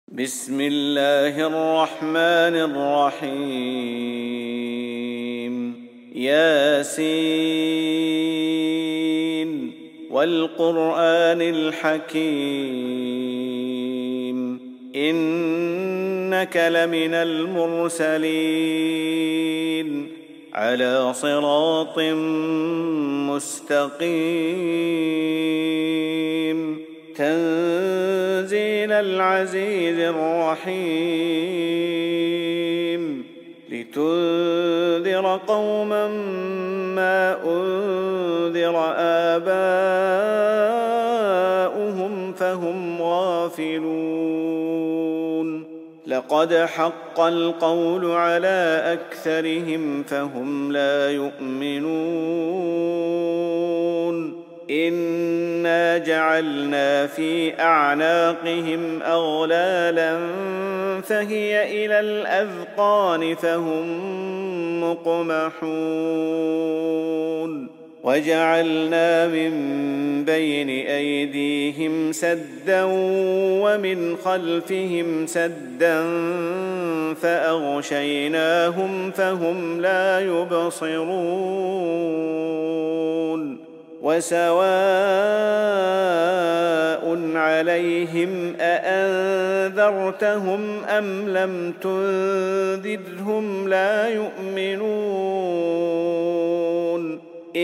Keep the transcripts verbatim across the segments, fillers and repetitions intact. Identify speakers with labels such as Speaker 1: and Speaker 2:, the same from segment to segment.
Speaker 1: بسم الله الرحمن الرحيم ياسين والقرآن الحكيم إنك لمن المرسلين على صراط مستقيم تنزيل العزيز الرحيم لتنذر قوما ما أنذر آباؤهم فهم غافلون لقد حق القول على أكثرهم فهم لا يؤمنون إنا جعلنا في أعناقهم أغلالا فهي إلى الأذقان فهم مقمحون وجعلنا من بين أيديهم سدا ومن خلفهم سدا فأغشيناهم فهم لا يبصرون وسواء عليهم أأنذرتهم أم لم تنذرهم لا يؤمنون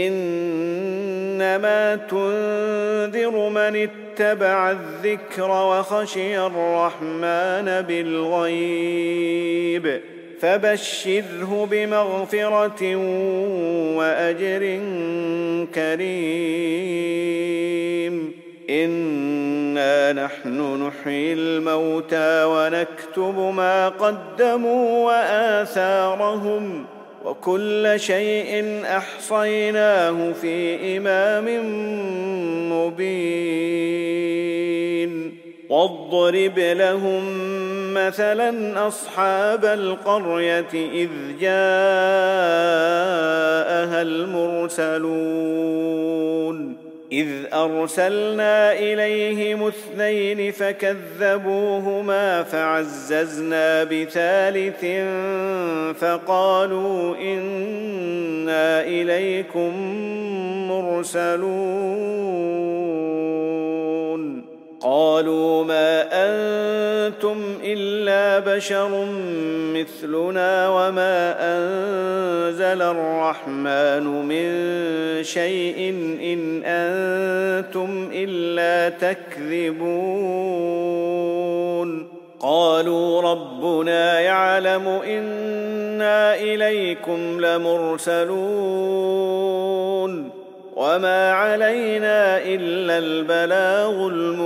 Speaker 1: إنما تنذر من اتبع الذكر وخشي الرحمن بالغيب فبشره بمغفرة وأجر كريم إنا نحن نحيي الموتى ونكتب ما قدموا وآثارهم وكل شيء أحصيناه في إمام مبين واضرب لهم مثلا أصحاب القرية إذ جاءها المرسلون إذ أرسلنا إليهم اثنين فكذبوهما فعززنا بثالث فقالوا إنا إليكم مرسلون قالوا ما أنتم إلا بشر مثلنا وما أنزل الرحمن من شيء إن أنتم إلا تكذبون قالوا ربنا يعلم إنا إليكم لمرسلون وما علينا إلا البلاغ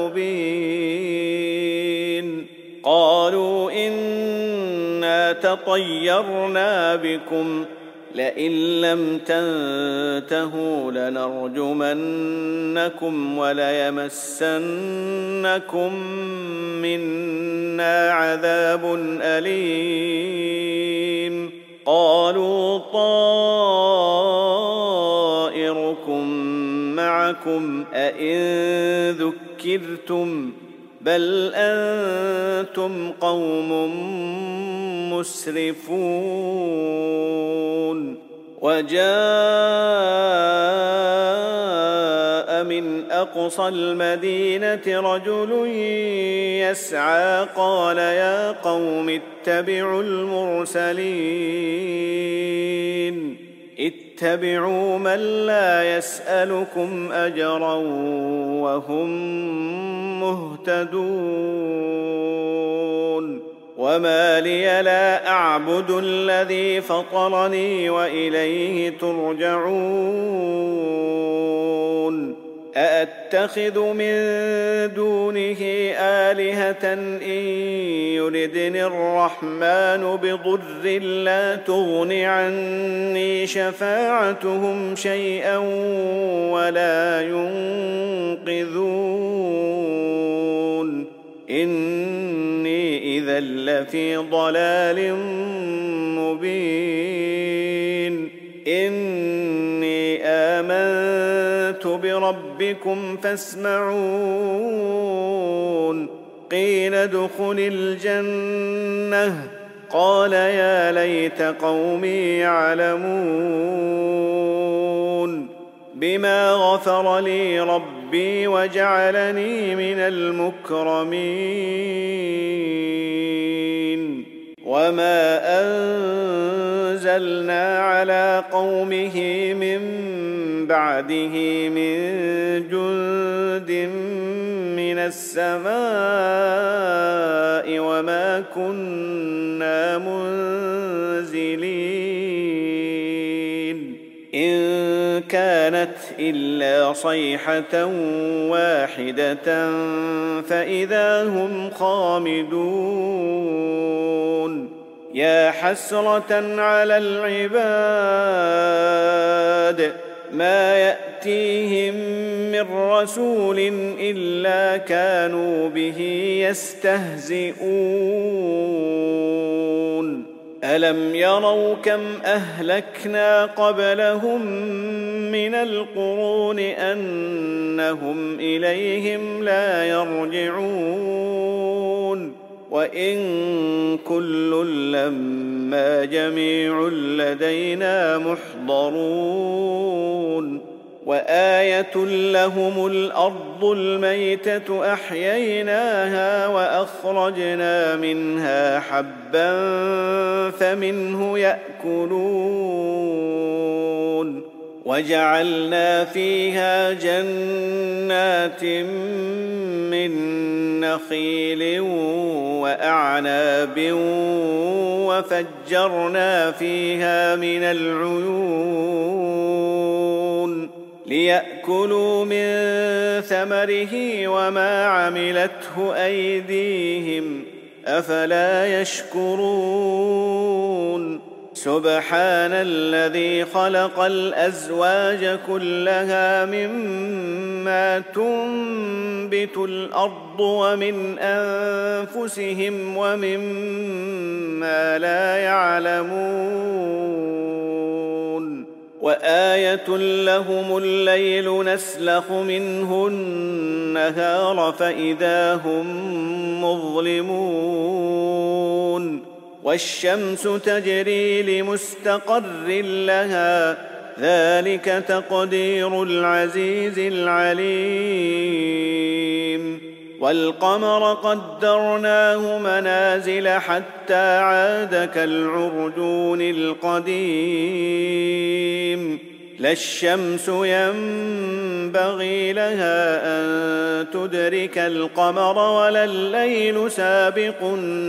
Speaker 1: المبين قالوا إنا تطيرنا بكم لئن لم تنتهوا لنرجمنكم وليمسنكم منا عذاب أليم قالوا طائركم معكم أئن ذكرتم بل أنتم قوم مسرفون وجاء من أقصى المدينة رجل يسعى قال يا قوم اتبعوا المرسلين اتبعوا من لا يسألكم أجرا وهم مهتدون وما لي لا أعبد الذي فطرني وإليه ترجعون أأتخذ من دونه آلهة إن يردني الرحمن بضر لا تغن عني شفاعتهم شيئا ولا ينقذون إني إذا لفي ضلال مبين إني آمنت بربكم فاسمعون قيل ادخل الجنة قال يا ليت قومي يعلمون بما غفر لي ربي وجعلني من المكرمين وما أنزلنا على قومه من بعده من جند من السماء وما كنا منزلين إن كانت إلا صيحة واحدة فإذا هم خامدون يا حسرة على العباد ما يأتيهم من رسول إلا كانوا به يستهزئون ألم يروا كم أهلكنا قبلهم من القرون أنهم إليهم لا يرجعون وإن كل لما جميع لدينا محضرون وآية لهم الأرض الميتة أحييناها وأخرجنا منها حبا فمنه يأكلون وجعلنا فيها جنات من نخيل وأعناب وفجرنا فيها من العيون ليأكلوا من ثمره وما عملته أيديهم أفلا يشكرون سبحان الذي خلق الأزواج كلها مما تنبت الأرض ومن أنفسهم ومما لا يعلمون وآية لهم الليل نسلخ منه النهار فإذا هم مظلمون والشمس تجري لمستقر لها ذلك تقدير العزيز العليم والقمر قدرناه منازل حتى عاد كالعرجون القديم لا الشمس ينبغي لها أن تدرك القمر ولا الليل سابق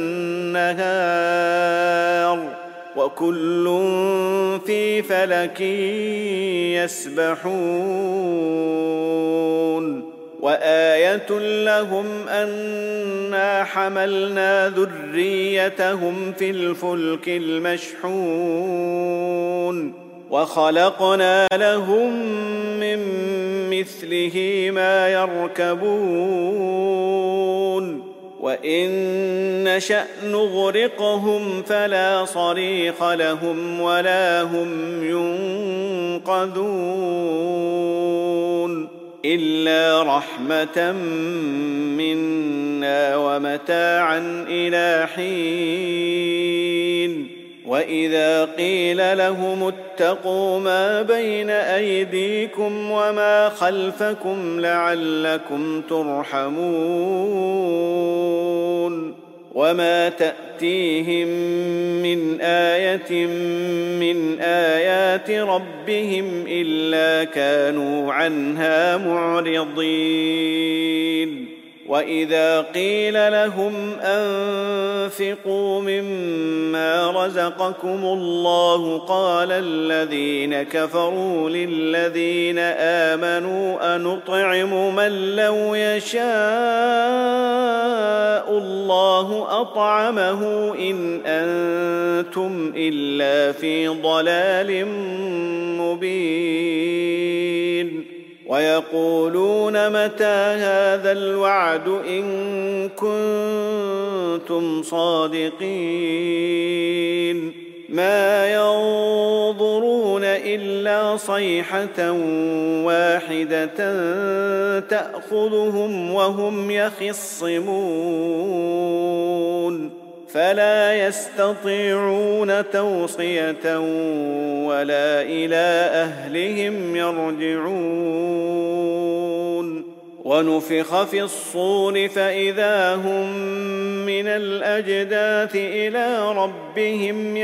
Speaker 1: النهار وكل في فلك يسبحون وآية لهم أنا حملنا ذريتهم في الفلك المشحون وخلقنا لهم من مثله ما يركبون وإن نشأ نغرقهم فلا صريخ لهم ولا هم ينقذون إلا رحمة منا ومتاعا إلى حين وإذا قيل لهم اتقوا ما بين أيديكم وما خلفكم لعلكم ترحمون وما تأتيهم من آية من آيات ربهم إلا كانوا عنها معرضين وإذا قيل لهم أنفقوا مما رزقكم الله قال الذين كفروا للذين آمنوا أنطعم من لو يشاء الله أطعمه إن أنتم إلا في ضلال مبين ويقولون متى هذا الوعد إن كنتم صادقين ما ينظرون إلا صيحة واحدة تأخذهم وهم يخصمون فلا يستطيعون توصية ولا إلى أهلهم يرجعون ونفخ في الصور فإذا هم من الأجداث إلى ربهم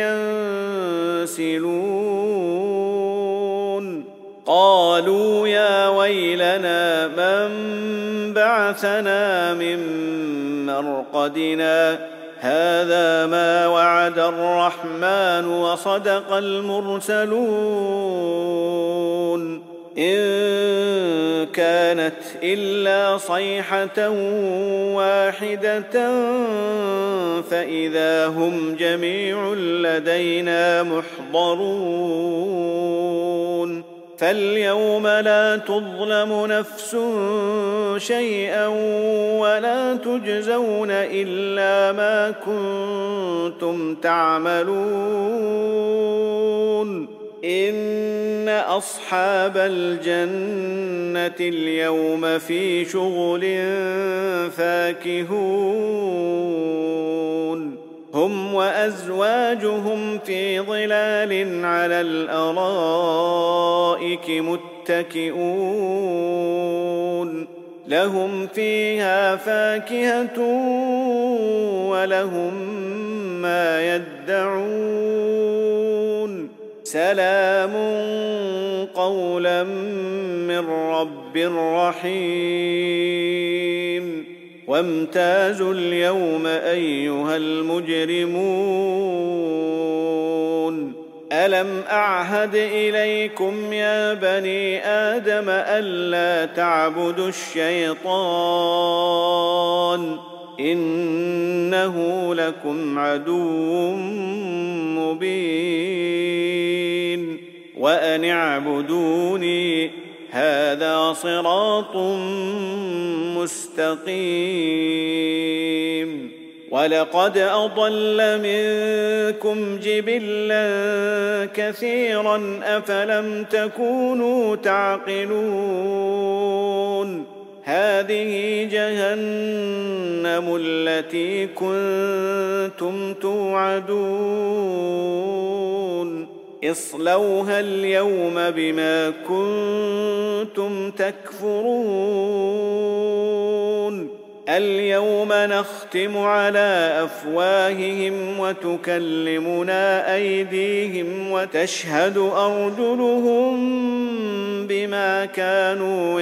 Speaker 1: ينسلون قالوا يا ويلنا من بعثنا من مرقدنا هذا ما وعد الرحمن وصدق المرسلون إن كانت إلا صيحة واحدة فإذا هم جميع لدينا محضرون فاليوم لا تظلم نفس شيئا ولا تجزون إلا ما كنتم تعملون إن أصحاب الجنة اليوم في شغل فاكهون هم وأزواجهم في ظلال على الأرائك متكئون لهم فيها فاكهة ولهم ما يدعون سلام قولا من رب رحيم وامتازوا اليوم أيها المجرمون ألم أعهد إليكم يا بني آدم ألا تعبدوا الشيطان إنه لكم عدو مبين وأن اعبدوني هذا صراط مستقيم ولقد أضل منكم جبلا كثيرا أفلم تكونوا تعقلون هذه جهنم التي كنتم توعدون اصلوها اليوم بما كنتم تكفرون اليوم نختم على أفواههم وتكلمنا أيديهم وتشهد أرجلهم بما كانوا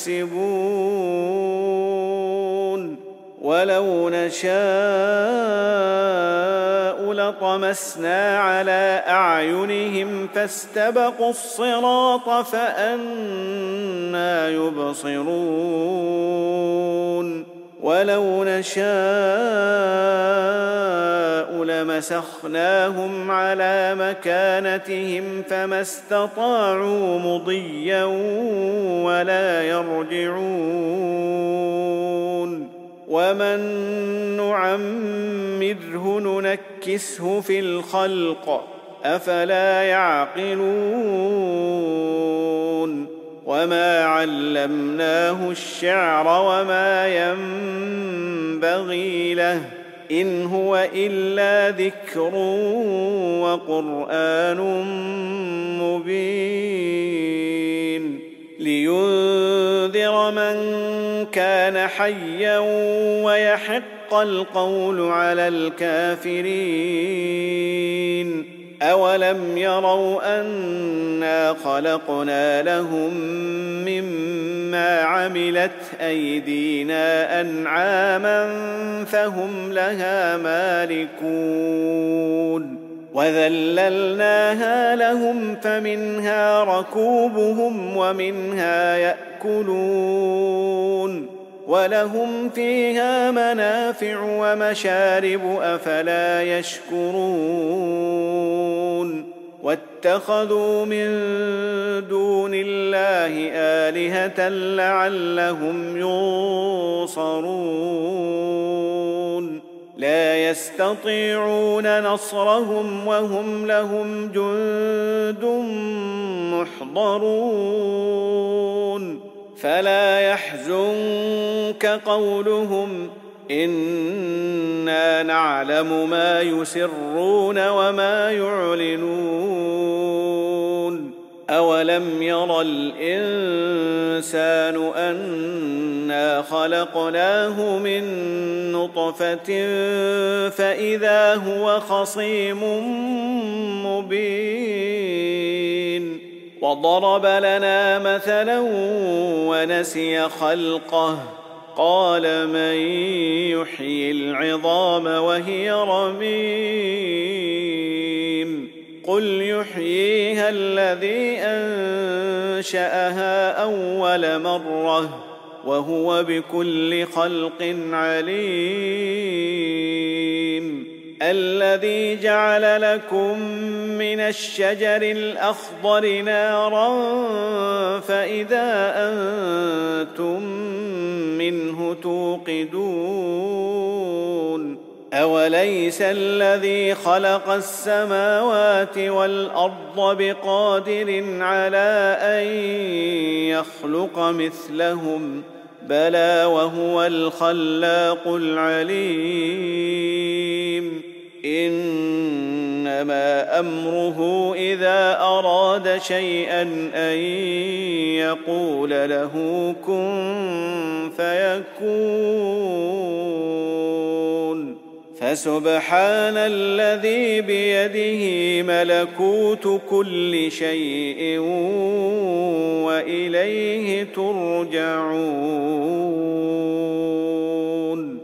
Speaker 1: يكسبون ولو نشاء لطمسنا على أعينهم فاستبقوا الصراط فأنى يبصرون ولو نشاء لمسخناهم على مكانتهم فما استطاعوا مضيا ولا يرجعون ومن نعمره ننكسه في الخلق أفلا يعقلون وما علمناه الشعر وما ينبغي له إن هو إلا ذكر وقرآن مبين لينذر من كان حيا ويحق القول على الكافرين أولم يروا أنا خلقنا لهم مما عملت أيدينا أنعاما فهم لها مالكون وذللناها لهم فمنها ركوبهم ومنها يأكلون ولهم فيها منافع ومشارب أفلا يشكرون واتخذوا من دون الله آلهة لعلهم ينصرون لا يستطيعون نصرهم وهم لهم جند محضرون فلا يحزنك قولهم إنا نعلم ما يسرون وما يعلنون أولم ير الإنسان أنا خلقناه من نطفة فإذا هو خصيم مبين وضرب لنا مثلا ونسي خلقه قال من يحيي العظام وهي رميم قل يحييها الذي أنشأها أول مرة وهو بكل خلق عليم الذي جعل لكم من الشجر الأخضر نارا فإذا أنتم منه توقدون أوليس الذي خلق السماوات والأرض بقادر على أن يخلق مثلهم بلى وهو الخلاق العليم إنما أمره إذا أراد شيئا أن يقول له كن فيكون فسبحان الذي بيده ملكوت كل شيء وإليه ترجعون.